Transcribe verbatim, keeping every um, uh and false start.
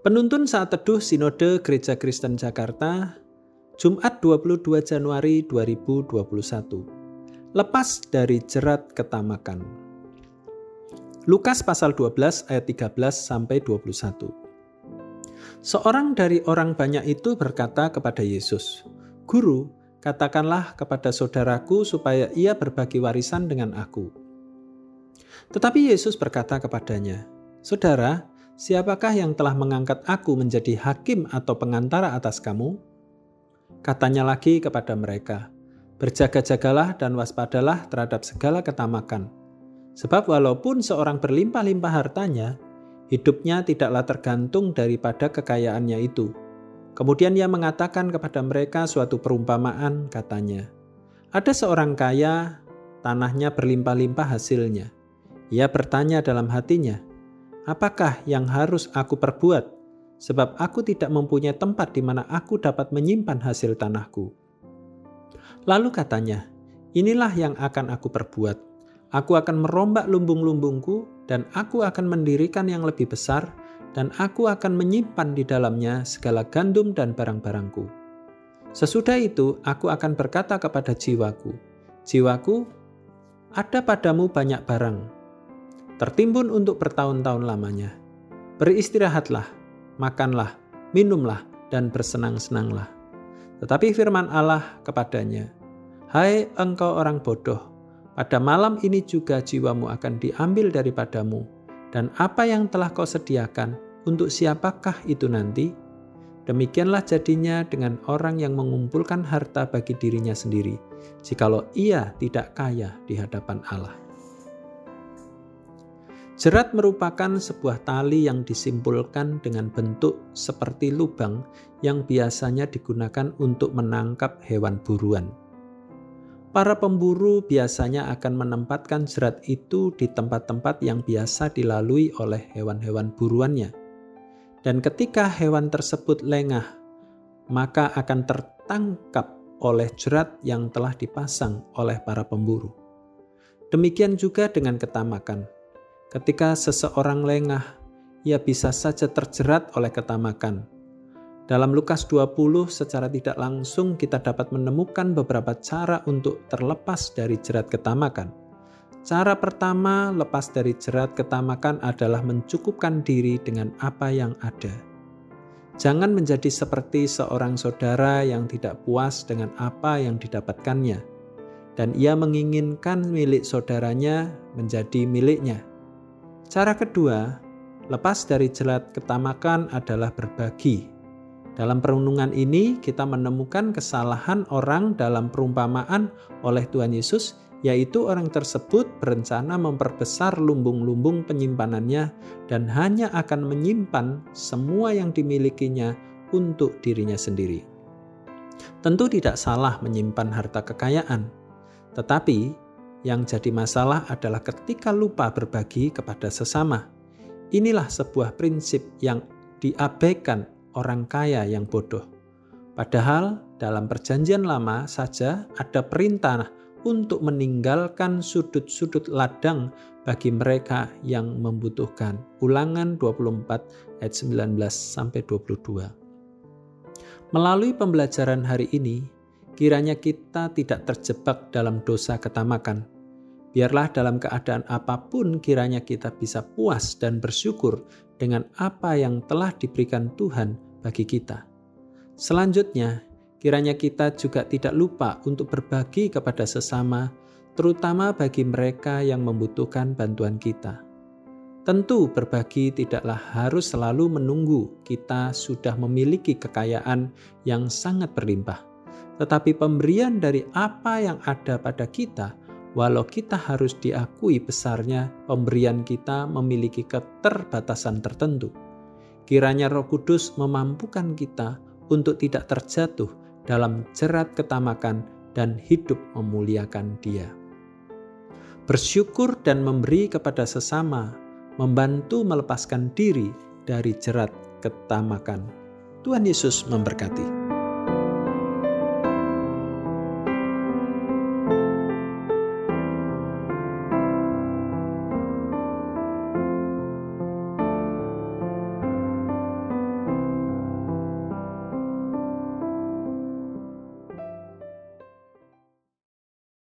Penuntun Saat Teduh Sinode Gereja Kristen Jakarta, Jumat dua puluh dua Januari dua ribu dua puluh satu. Lepas dari jerat ketamakan. Lukas pasal dua belas ayat tiga belas sampai dua puluh satu. Seorang dari orang banyak itu berkata kepada Yesus, "Guru, katakanlah kepada saudaraku supaya ia berbagi warisan dengan aku." Tetapi Yesus berkata kepadanya, "Saudara, siapakah yang telah mengangkat aku menjadi hakim atau pengantara atas kamu?" Katanya lagi kepada mereka, "Berjaga-jagalah dan waspadalah terhadap segala ketamakan. Sebab walaupun seorang berlimpah-limpah hartanya, hidupnya tidaklah tergantung daripada kekayaannya itu." Kemudian ia mengatakan kepada mereka suatu perumpamaan, katanya, "Ada seorang kaya, tanahnya berlimpah-limpah hasilnya. Ia bertanya dalam hatinya, 'Apakah yang harus aku perbuat? Sebab aku tidak mempunyai tempat di mana aku dapat menyimpan hasil tanahku.' Lalu katanya, 'Inilah yang akan aku perbuat. Aku akan merombak lumbung-lumbungku dan aku akan mendirikan yang lebih besar dan aku akan menyimpan di dalamnya segala gandum dan barang-barangku. Sesudah itu aku akan berkata kepada jiwaku, jiwaku, ada padamu banyak barang, tertimbun untuk bertahun-tahun lamanya. Beristirahatlah, makanlah, minumlah, dan bersenang-senanglah.' Tetapi firman Allah kepadanya, 'Hai engkau orang bodoh, pada malam ini juga jiwamu akan diambil daripadamu, dan apa yang telah kau sediakan, untuk siapakah itu nanti?' Demikianlah jadinya dengan orang yang mengumpulkan harta bagi dirinya sendiri, jikalau ia tidak kaya di hadapan Allah." Jerat merupakan sebuah tali yang disimpulkan dengan bentuk seperti lubang yang biasanya digunakan untuk menangkap hewan buruan. Para pemburu biasanya akan menempatkan jerat itu di tempat-tempat yang biasa dilalui oleh hewan-hewan buruannya. Dan ketika hewan tersebut lengah, maka akan tertangkap oleh jerat yang telah dipasang oleh para pemburu. Demikian juga dengan ketamakan. Ketika seseorang lengah, ia bisa saja terjerat oleh ketamakan. Dalam Lukas dua puluh secara tidak langsung kita dapat menemukan beberapa cara untuk terlepas dari jerat ketamakan. Cara pertama lepas dari jerat ketamakan adalah mencukupkan diri dengan apa yang ada. Jangan menjadi seperti seorang saudara yang tidak puas dengan apa yang didapatkannya, dan ia menginginkan milik saudaranya menjadi miliknya. Cara kedua, lepas dari jerat ketamakan adalah berbagi. Dalam perenungan ini kita menemukan kesalahan orang dalam perumpamaan oleh Tuhan Yesus, yaitu orang tersebut berencana memperbesar lumbung-lumbung penyimpanannya dan hanya akan menyimpan semua yang dimilikinya untuk dirinya sendiri. Tentu tidak salah menyimpan harta kekayaan, tetapi yang jadi masalah adalah ketika lupa berbagi kepada sesama. Inilah sebuah prinsip yang diabaikan orang kaya yang bodoh. Padahal dalam Perjanjian Lama saja ada perintah untuk meninggalkan sudut-sudut ladang bagi mereka yang membutuhkan. Ulangan dua puluh empat ayat sembilan belas sampai dua puluh dua. Melalui pembelajaran hari ini, kiranya kita tidak terjebak dalam dosa ketamakan. Biarlah dalam keadaan apapun kiranya kita bisa puas dan bersyukur dengan apa yang telah diberikan Tuhan bagi kita. Selanjutnya, kiranya kita juga tidak lupa untuk berbagi kepada sesama, terutama bagi mereka yang membutuhkan bantuan kita. Tentu berbagi tidaklah harus selalu menunggu kita sudah memiliki kekayaan yang sangat berlimpah. Tetapi pemberian dari apa yang ada pada kita, walau kita harus diakui besarnya, pemberian kita memiliki keterbatasan tertentu. Kiranya Roh Kudus memampukan kita untuk tidak terjatuh dalam jerat ketamakan dan hidup memuliakan Dia. Bersyukur dan memberi kepada sesama, membantu melepaskan diri dari jerat ketamakan. Tuhan Yesus memberkati.